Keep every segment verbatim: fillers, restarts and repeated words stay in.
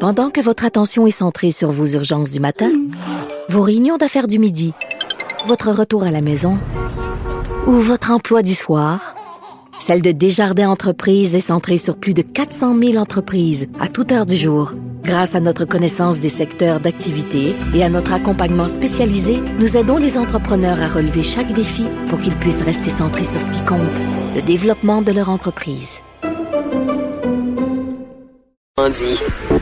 Pendant que votre attention est centrée sur vos urgences du matin, vos réunions d'affaires du midi, votre retour à la maison ou votre emploi du soir, celle de Desjardins Entreprises est centrée sur plus de quatre cent mille entreprises à toute heure du jour. Grâce à notre connaissance des secteurs d'activité et à notre accompagnement spécialisé, nous aidons les entrepreneurs à relever chaque défi pour qu'ils puissent rester centrés sur ce qui compte, le développement de leur entreprise. Dit.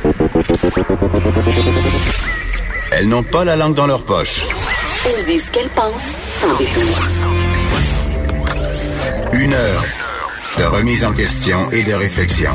Elles n'ont pas la langue dans leur poche. Elles disent ce qu'elles pensent sans détour. Une heure de remise en question et de réflexion.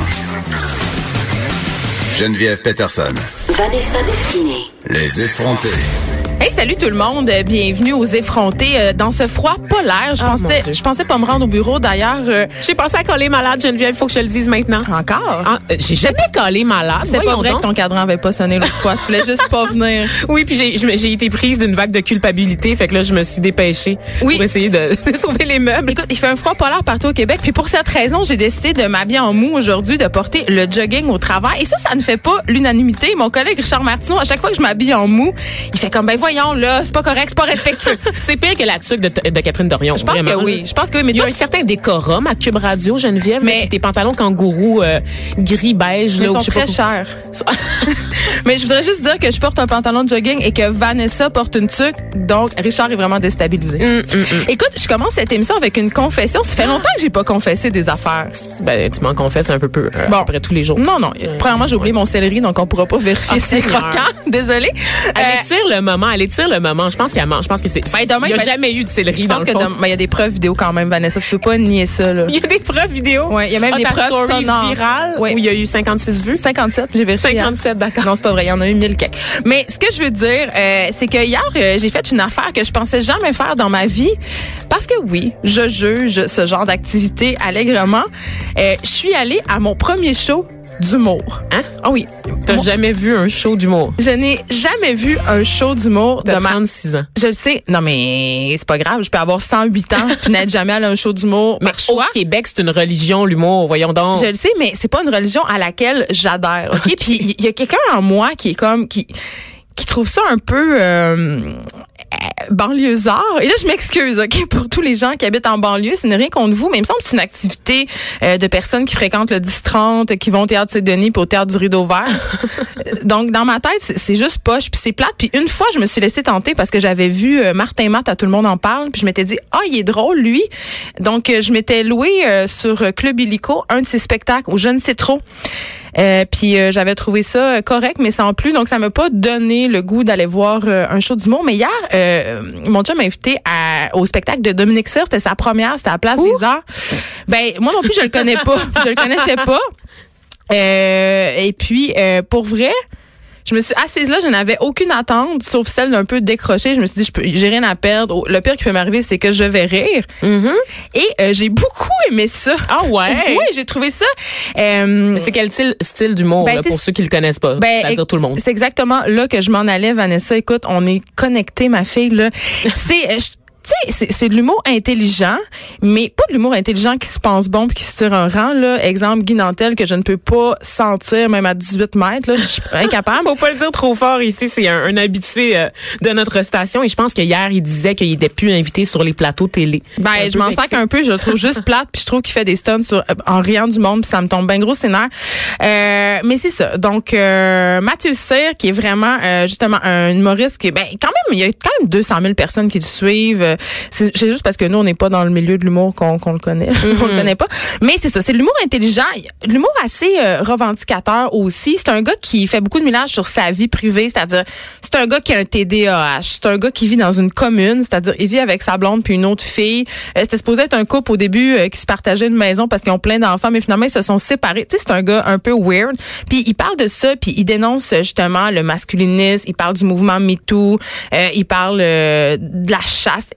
Geneviève Peterson. Vanessa Destinée. Les effrontés. Hey, salut tout le monde, bienvenue aux effrontés. Dans ce froid polaire, je oh pensais je pensais pas me rendre au bureau d'ailleurs. Euh... J'ai pensé à coller malade, Geneviève, il faut que je te le dise maintenant. Encore? Ah, j'ai jamais collé malade. C'était pas vrai donc. Que ton cadran avait pas sonné l'autre fois, tu voulais juste pas venir. Oui, puis j'ai, j'ai été prise d'une vague de culpabilité, fait que là, je me suis dépêchée oui. pour essayer de, de sauver les meubles. Écoute, il fait un froid polaire partout au Québec, puis pour cette raison, j'ai décidé de m'habiller en mou aujourd'hui, de porter le jogging au travail. Et ça, ça ne fait pas l'unanimité. Mon collègue Richard Martineau, à chaque fois que je m'habille en mou, il fait comme, ben voyons, là, c'est pas correct, c'est pas respectueux. C'est pire que la tuque de, de Catherine Dorion. Je pense vraiment. que oui. Je pense que oui. Mais il y a toi, un certain décorum à Cube Radio, Geneviève. Mais là, tes pantalons kangourou euh, gris beige. Mais là, ils sont je sais très pas chers. Mais je voudrais juste dire que je porte un pantalon de jogging et que Vanessa porte une tuque. Donc, Richard est vraiment déstabilisé. Mm, mm, mm. Écoute, je commence cette émission avec une confession. Ça fait longtemps que j'ai pas confessé des affaires. Ben, tu m'en confesses un peu peu. Euh, bon. Après tous les jours. Non, non. Premièrement, j'ai oublié mon céleri, donc on pourra pas vérifier si c'est croquant. Désolée. Elle euh, étire le moment. Elle étire le moment. Je pense qu'elle mange. Je pense que c'est. Ben, demain, il y a ben, jamais eu de céleri je dans pense le que fond. il y a des preuves vidéo quand même, Vanessa. Tu peux pas nier ça, là. Il y a des preuves vidéo? Oui, il y a même ah, des preuves story sonores. virale oui. Où il y a eu cinquante-six vues? cinquante-sept, j'ai vérifié. cinquante-sept, d'accord. Non, c'est pas vrai. Il y en a eu mille quelques. Mais ce que je veux dire, euh, c'est que hier, euh, j'ai fait une affaire que je pensais jamais faire dans ma vie. Parce que oui, je juge ce genre d'activité allègrement. Euh, je suis allée à mon premier show d'humour. Hein? Ah oui. T'as Mon... jamais vu un show d'humour? Je n'ai jamais vu un show d'humour de de ma... trente-six ans. Je le sais. Non, mais c'est pas grave. Je peux avoir cent huit ans puis n'être jamais allé à un show d'humour mais par choix. Au Québec, c'est une religion, l'humour. Voyons donc. Je le sais, mais c'est pas une religion à laquelle j'adhère. OK? Okay. Puis il y a quelqu'un en moi qui est comme... qui qui trouve ça un peu euh, banlieusard. Et là, je m'excuse, OK, pour tous les gens qui habitent en banlieue. Ce n'est rien contre vous, mais il me semble que c'est une activité euh, de personnes qui fréquentent le dix trente, qui vont au Théâtre Saint-Denis puis au Théâtre du Rideau Vert. Donc, dans ma tête, c'est, c'est juste poche puis c'est plate. Puis une fois, je me suis laissée tenter parce que j'avais vu euh, Martin Matt à Tout le monde en parle. Puis je m'étais dit, ah, il est drôle, lui. Donc, euh, je m'étais louée euh, sur Club Illico, un de ses spectacles où je ne sais trop. Euh, puis euh, j'avais trouvé ça correct, mais sans plus. Donc, ça m'a pas donné le goût d'aller voir euh, un show d'humour. Mais hier, euh, mon chum m'a invité à, au spectacle de Dominique Cyr. C'était sa première, c'était à la Place Ouh. Des Arts. Ben, moi non plus, je le connais pas. Je le connaissais pas. Euh, et puis, euh, pour vrai... Je me suis assise là, je n'avais aucune attente, sauf celle d'un peu décrochée. Je me suis dit, je peux, j'ai rien à perdre. Le pire qui peut m'arriver, c'est que je vais rire. Mm-hmm. Et euh, j'ai beaucoup aimé ça. Ah ouais? Oui, j'ai trouvé ça. Euh, c'est quel style, style d'humour, ben là, pour ceux qui le connaissent pas? Ben, c'est-à-dire tout le monde. C'est exactement là que je m'en allais, Vanessa. Écoute, on est connectés, ma fille, là. c'est... Je, tu sais, c'est, c'est de l'humour intelligent, mais pas de l'humour intelligent qui se pense bon puis qui se tire un rang, là. Exemple, Guy Nantel, que je ne peux pas sentir même à dix-huit mètres, là. Je suis incapable. Faut pas le dire trop fort ici. C'est un, un habitué euh, de notre station et je pense que hier, il disait qu'il était plus invité sur les plateaux télé. Ben, je m'en sac un peu. Je le trouve juste plate puis je trouve qu'il fait des stunts sur, en riant du monde puis ça me tombe bien gros scénaire. Euh, mais c'est ça. Donc, euh, Mathieu Cyr, qui est vraiment, euh, justement, un humoriste qui, ben, quand même, il y a quand même deux cent mille personnes qui le suivent. C'est, c'est juste parce que nous, on n'est pas dans le milieu de l'humour qu'on, qu'on le connaît. Mm-hmm. On le connaît pas. Mais c'est ça, c'est de l'humour intelligent. L'humour assez euh, revendicateur aussi. C'est un gars qui fait beaucoup de mélange sur sa vie privée. C'est-à-dire, c'est un gars qui a un T D A H. C'est un gars qui vit dans une commune. C'est-à-dire, il vit avec sa blonde puis une autre fille. Euh, c'était supposé être un couple au début euh, qui se partageait une maison parce qu'ils ont plein d'enfants. Mais finalement, ils se sont séparés. Tu sais, c'est un gars un peu weird. Puis il parle de ça. Puis il dénonce justement le masculinisme. Il parle du mouvement MeToo. Euh, il parle euh, de la chasse. Et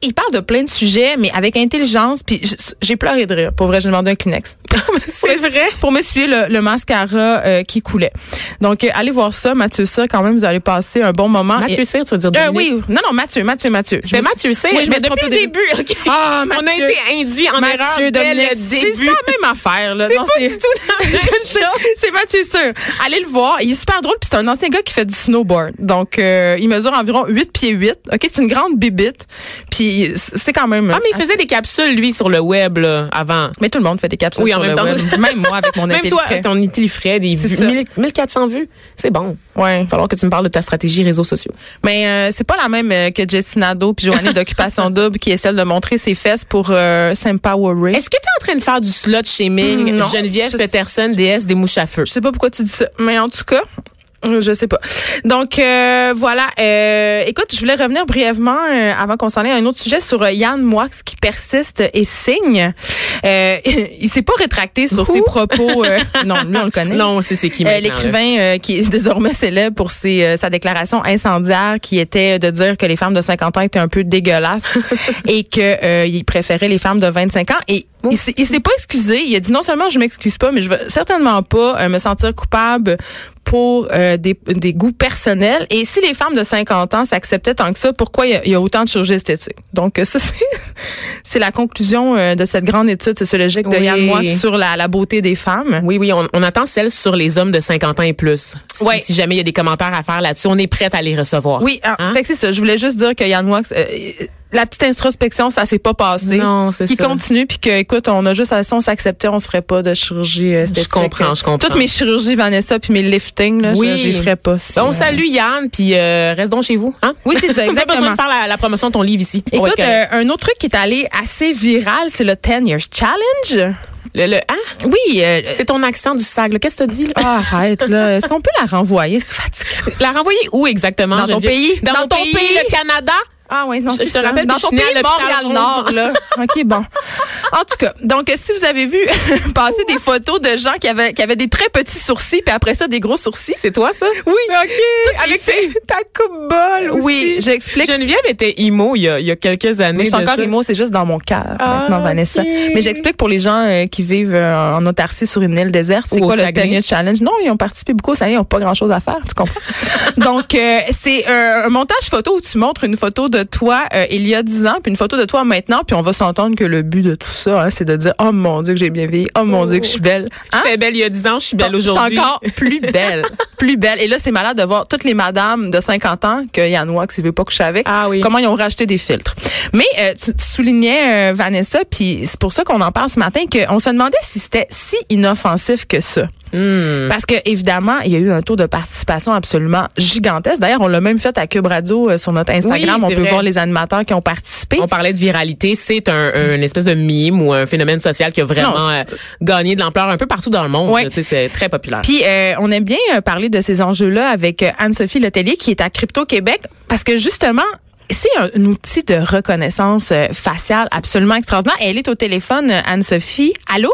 il parle de plein de sujets, mais avec intelligence. Puis j'ai pleuré de rire. Pour vrai, j'ai demandé un Kleenex. C'est vrai? Pour m'essuyer le, le mascara euh, qui coulait. Donc, euh, allez voir ça. Mathieu Cyr, quand même, vous allez passer un bon moment. Mathieu Et, Cyr, tu veux dire euh, Dominique? Oui, non, non, Mathieu, Mathieu, Mathieu. C'est Mathieu Cyr, oui, je mais me suis depuis le trompée au début. Okay. Ah, On a Mathieu. été induits en Mathieu, erreur dès Dominique, le début. c'est la même affaire. Là. C'est Non, pas du tout la même chose. C'est Mathieu Cyr. Allez le voir. Il est super drôle. Puis c'est un ancien gars qui fait du snowboard. Donc, euh, il mesure environ huit pieds huit. OK, c'est une grande bibite. Puis c'est quand même... Ah, mais il faisait des capsules, lui, sur le web, là, avant. Mais tout le monde fait des capsules oui, sur en même le temps. web. Même moi, avec mon Même toi, Intelifrais. ton Intelifrais, des vues, mille, mille quatre cents vues. C'est bon. Ouais. Il va falloir que tu me parles de ta stratégie réseaux sociaux. Mais euh, c'est pas la même euh, que Jessie Nadeau puis Joanie d'Occupation Double qui est celle de montrer ses fesses pour euh, s'empowerer. Est-ce que tu es en train de faire du slut shaming, Mmh, non. Geneviève Je- Peterson, déesse des mouches à feu? Je sais pas pourquoi tu dis ça, mais en tout cas, euh, je sais pas. Donc euh, voilà. Euh, écoute, je voulais revenir brièvement euh, avant qu'on s'en aille à un autre sujet sur euh, Yann Moix qui persiste et signe. Euh, il s'est pas rétracté sur Ouh. ses propos. Euh, non, lui on le connaît. Non, c'est c'est qui Euh, maintenant, là? l'écrivain euh, qui est désormais célèbre pour ses, euh, sa déclaration incendiaire qui était de dire que les femmes de cinquante ans étaient un peu dégueulasses et que euh, il préférait les femmes de vingt-cinq ans. Et il s'est, il s'est pas excusé. Il a dit non seulement je m'excuse pas, mais je veux certainement pas euh, me sentir coupable pour euh, des, des goûts personnels. Et si les femmes de cinquante ans s'acceptaient tant que ça, pourquoi il y a, il y a autant de chirurgie esthétique? Donc ça, c'est, c'est la conclusion euh, de cette grande étude sociologique de Oui. Yann Moix sur la, la beauté des femmes. Oui, oui, on, on attend celle sur les hommes de cinquante ans et plus. Si, Ouais. si jamais il y a des commentaires à faire là-dessus, on est prête à les recevoir. Oui, hein? Hein? Fait que c'est ça. Je voulais juste dire que Yann Moix, euh, la petite introspection, ça s'est pas passé. Non, c'est Qui ça. continue, puis que, écoute, on a juste à, si on s'acceptait, on se ferait pas de chirurgie euh, esthétique. Je comprends, je comprends. Toutes mes chirurgies Vanessa puis mes liftings, là, Oui. je, je les ferais pas. Si, On euh, salue Yann, puis euh, reste donc chez vous. Hein? Oui, c'est ça, Vous avez besoin exactement. de faire la, la promotion de ton livre ici. On va Écoute, être correct. euh, un autre truc qui est allé assez viral, c'est le ten years challenge. le, le, hein? Oui. Euh, C'est ton accent du sac. là. Qu'est-ce que tu dis? Là? ah, arrête, là. Est-ce qu'on peut la renvoyer? C'est fatigant. La renvoyer où exactement? Dans ton Geneviève? pays. Dans, Dans mon ton pays, pays. le Canada? Ah oui, non, Je- c'est je te ça. rappelle Dans que ton je suis née pays, à l'hôpital Montréal-Nord, là. OK, bon. En tout cas, donc, si vous avez vu passer des photos de gens qui avaient, qui avaient des très petits sourcils, puis après ça, des gros sourcils. C'est toi, ça? Oui. OK. les Avec filles. ta, ta coupe-bol aussi. Oui, j'explique. Geneviève était emo il y a, il y a quelques années. Mais je suis de encore ça. émo, c'est juste dans mon cœur Ah, maintenant, Vanessa. ok. Mais j'explique pour les gens euh, qui vivent euh, en autarcie sur une île déserte, c'est Ou au quoi le Saguenay. ten years challenge? Non, ils ont participé beaucoup, ça y est, ils n'ont pas grand-chose à faire, tu comprends? Donc, euh, c'est euh, un montage photo où tu montres une photo de toi euh, il y a dix ans, puis une photo de toi maintenant, puis on va s'entendre que le but de tout ça, hein, c'est de dire « Oh mon Dieu que j'ai bien vieilli, oh mon Dieu que je suis belle. Hein? » J'étais belle il y a dix ans, je suis belle Je suis aujourd'hui. encore plus belle, plus belle. Et là, c'est malade de voir toutes les madames de cinquante ans que Yann Moix, il veut pas coucher avec, Ah oui. comment ils ont racheté des filtres. Mais euh, tu, tu soulignais, euh, Vanessa, puis c'est pour ça qu'on en parle ce matin, qu'on se demandait si c'était si inoffensif que ça. Hmm. Parce que évidemment, il y a eu un taux de participation absolument gigantesque. D'ailleurs, on l'a même fait à Cube Radio euh, sur notre Instagram. Oui, on c'est peut vrai. voir les animateurs qui ont participé. On parlait de viralité, c'est un, un une espèce de mime ou un phénomène social qui a vraiment Non, euh, gagné de l'ampleur un peu partout dans le monde. Ouais. là, tu sais, c'est très populaire. Puis euh, on aime bien euh, parler de ces enjeux-là avec euh, Anne-Sophie Letellier qui est à Crypto Québec parce que justement, c'est un, un outil de reconnaissance euh, faciale absolument extraordinaire. Elle est au téléphone, euh, Anne-Sophie. Allô?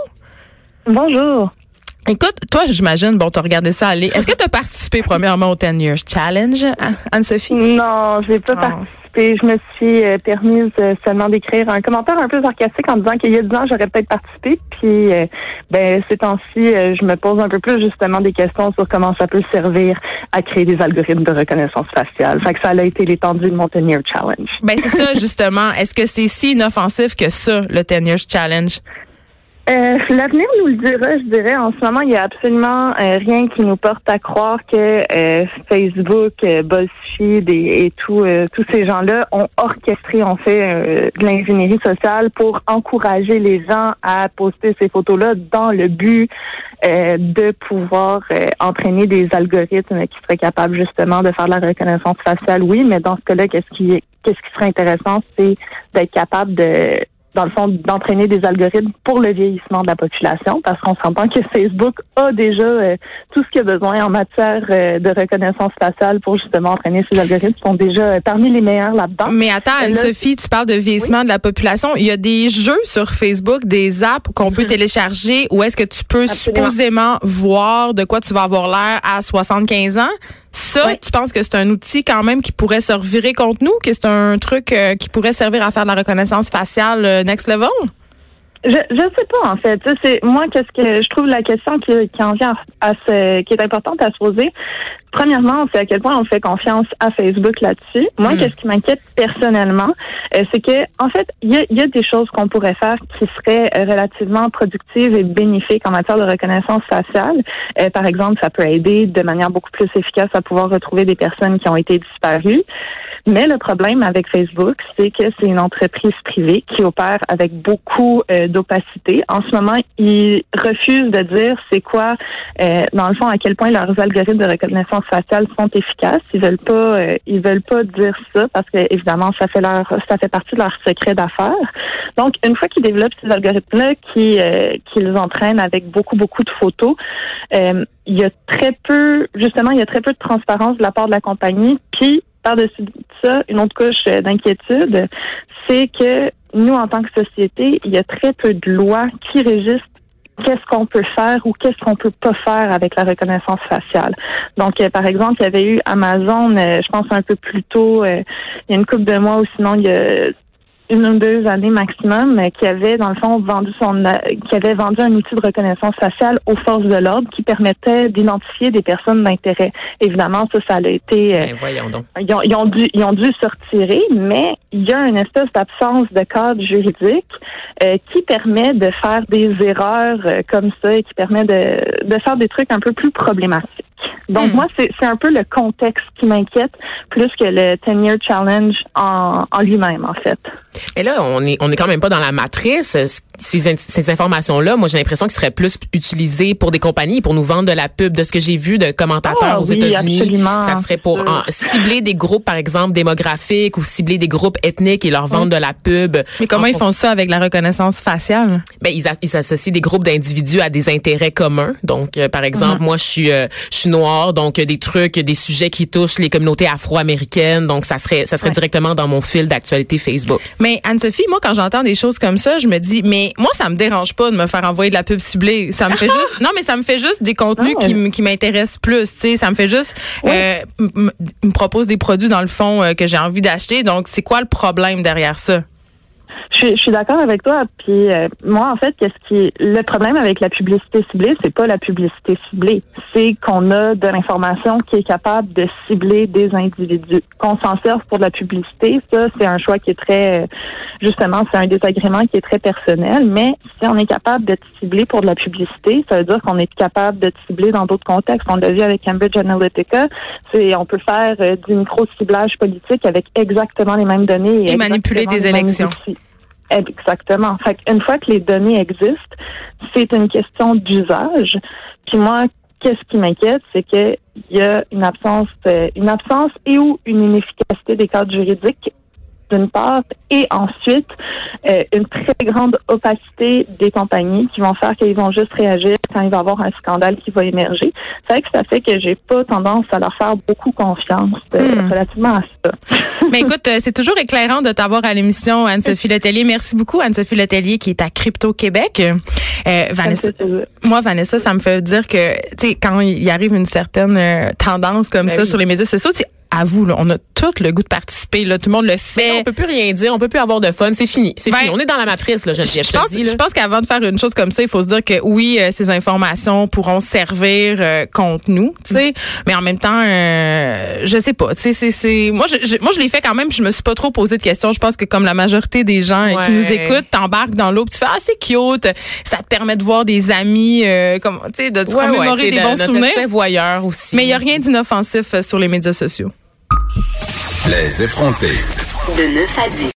Bonjour. Écoute, toi, j'imagine, bon, t'as regardé ça aller. Est-ce que t'as participé premièrement au ten years challenge, Anne-Sophie? Non, j'ai pas Oh. participé. Je me suis euh, permise euh, seulement d'écrire un commentaire un peu sarcastique en disant qu'il y a dix ans, j'aurais peut-être participé. Puis, euh, ben, ces temps-ci, euh, je me pose un peu plus justement des questions sur comment ça peut servir à créer des algorithmes de reconnaissance faciale. Fait que ça a été l'étendue de mon ten years challenge. Ben, c'est ça, justement. Est-ce que c'est si inoffensif que ça, le ten years challenge? Euh, l'avenir nous le dira, je dirais. En ce moment, il y a absolument euh, rien qui nous porte à croire que euh, Facebook, euh, BuzzFeed et, et tout, euh, tous ces gens-là ont orchestré, en fait, euh, de l'ingénierie sociale pour encourager les gens à poster ces photos-là dans le but euh, de pouvoir euh, entraîner des algorithmes qui seraient capables justement de faire de la reconnaissance faciale. Oui, mais dans ce cas-là, qu'est-ce qui, qu'est-ce qui serait intéressant, c'est d'être capable de dans le fond, d'entraîner des algorithmes pour le vieillissement de la population, parce qu'on s'entend que Facebook a déjà euh, tout ce qu'il a besoin en matière euh, de reconnaissance faciale pour justement entraîner ces algorithmes, sont déjà euh, parmi les meilleurs là-dedans. Mais attends, Euh, là- Anne-Sophie, tu parles de vieillissement de la population. Il y a des jeux sur Facebook, des apps qu'on peut télécharger où est-ce que tu peux Absolument. supposément voir de quoi tu vas avoir l'air à soixante-quinze ans. Ça, ouais. tu penses que c'est un outil quand même qui pourrait se revirer contre nous, que c'est un truc euh, qui pourrait servir à faire de la reconnaissance faciale euh, next level? Je je sais pas en fait. Tu sais, c'est moi qu'est-ce que je trouve la question qui, qui en vient à, à se qui est importante à se poser. Premièrement, c'est à quel point on fait confiance à Facebook là-dessus. Moi, mmh. qu'est-ce qui m'inquiète personnellement, euh, c'est que en fait, il y a, y a des choses qu'on pourrait faire qui seraient euh, relativement productives et bénéfiques en matière de reconnaissance faciale. Euh, par exemple, ça peut aider de manière beaucoup plus efficace à pouvoir retrouver des personnes qui ont été disparues. Mais le problème avec Facebook, c'est que c'est une entreprise privée qui opère avec beaucoup euh, d'opacité. En ce moment, ils refusent de dire c'est quoi, euh, dans le fond, à quel point leurs algorithmes de reconnaissance faciale sont efficaces. Ils veulent pas, euh, ils veulent pas dire ça parce que évidemment, ça fait leur, ça fait partie de leur secret d'affaires. Donc, une fois qu'ils développent ces algorithmes-là, qui, euh, qu'ils entraînent avec beaucoup, beaucoup de photos, euh, il y a très peu, justement, il y a très peu de transparence de la part de la compagnie. Puis par-dessus ça, une autre couche d'inquiétude, c'est que nous, en tant que société, il y a très peu de lois qui régissent qu'est-ce qu'on peut faire ou qu'est-ce qu'on peut pas faire avec la reconnaissance faciale. Donc, euh, par exemple, il y avait eu Amazon, euh, je pense un peu plus tôt, euh, il y a une couple de mois ou sinon il y a une ou deux années maximum, euh, qui avait, dans le fond, vendu son, euh, qui avait vendu un outil de reconnaissance faciale aux forces de l'ordre qui permettait d'identifier des personnes d'intérêt. Évidemment, ça, ça a été, euh, ben, voyons donc. Ils ont, ils ont dû, ils ont dû se retirer, mais il y a une espèce d'absence de cadre juridique euh, qui permet de faire des erreurs euh, comme ça et qui permet de, de faire des trucs un peu plus problématiques. Donc, mmh. moi, c'est, c'est un peu le contexte qui m'inquiète plus que le ten-year challenge en, en lui-même, en fait. Et là, on est, on est quand même pas dans la matrice. Ces, ces informations-là, moi, j'ai l'impression qu'ils seraient plus utilisées pour des compagnies, pour nous vendre de la pub. De ce que j'ai vu de commentateurs oh, aux oui, États-Unis, absolument. ça serait pour en, cibler des groupes, par exemple, démographiques ou cibler des groupes ethniques et leur vendre oui. de la pub. Mais comment ils font ça avec la reconnaissance faciale? Ben, ils, a, ils associent des groupes d'individus à des intérêts communs. Donc, euh, par exemple, mmh. moi, je suis, euh, je suis noire, donc euh, des trucs, des sujets qui touchent les communautés afro-américaines. Donc, ça serait, ça serait ouais. directement dans mon fil d'actualité Facebook. Mais Anne-Sophie, moi, quand j'entends des choses comme ça, je me dis, mais moi, ça me dérange pas de me faire envoyer de la pub ciblée. Ça me fait juste, non, mais ça me fait juste des contenus ah, ouais. qui, qui m'intéressent plus. Tu sais, ça me fait juste, ouais. euh, m- me propose des produits dans le fond euh, que j'ai envie d'acheter. Donc, c'est quoi le problème derrière ça? Je suis, je suis d'accord avec toi. Puis euh, moi, en fait, qu'est-ce qui est le problème avec la publicité ciblée, c'est pas la publicité ciblée, c'est qu'on a de l'information qui est capable de cibler des individus. Qu'on s'en serve pour de la publicité, ça, c'est un choix qui est très, justement, c'est un désagrément qui est très personnel. Mais si on est capable de te cibler pour de la publicité, ça veut dire qu'on est capable de te cibler dans d'autres contextes. On l'a vu avec Cambridge Analytica. C'est, on peut faire euh, du micro-ciblage politique avec exactement les mêmes données et, et manipuler des élections. Exactement. Fait qu'une fois que les données existent, c'est une question d'usage. Puis moi, qu'est-ce qui m'inquiète, c'est que il y a une absence, euh, une absence et ou une inefficacité des cadres juridiques d'une part, et ensuite euh, une très grande opacité des compagnies qui vont faire qu'ils vont juste réagir quand il va y avoir un scandale qui va émerger. C'est vrai que ça fait que j'ai pas tendance à leur faire beaucoup confiance euh, mmh. relativement à ça. Mais écoute, euh, c'est toujours éclairant de t'avoir à l'émission, Anne-Sophie Letellier. Merci beaucoup, Anne-Sophie Letellier, qui est à Crypto-Québec. Euh, Vanessa, moi, Vanessa, ça me fait dire que, tu sais, quand il arrive une certaine euh, tendance comme ben ça oui. sur les médias sociaux, tu sais, à vous, là, on a tout le goût de participer. Là, tout le monde le fait. Mais on peut plus rien dire, on peut plus avoir de fun. C'est fini, c'est ben, fini. On est dans la matrice, là. Je, je, je, pense, dis, là. je pense qu'avant de faire une chose comme ça, il faut se dire que oui, euh, ces informations pourront servir euh, contre nous, tu sais. Mm. Mais en même temps, euh, je sais pas. Tu sais, c'est, c'est, moi, je, je, moi, je l'ai fait quand même. Puis je me suis pas trop posé de questions. Je pense que comme la majorité des gens ouais. qui nous écoutent, t'embarques dans l'eau, puis tu fais ah c'est cute. Ça te permet de voir des amis, euh, comme tu sais, de te ouais, remémorer ouais, des de, bons souvenirs. Voyeur aussi. Mais il y a rien d'inoffensif sur les médias sociaux. Les effrontés. De neuf à dix.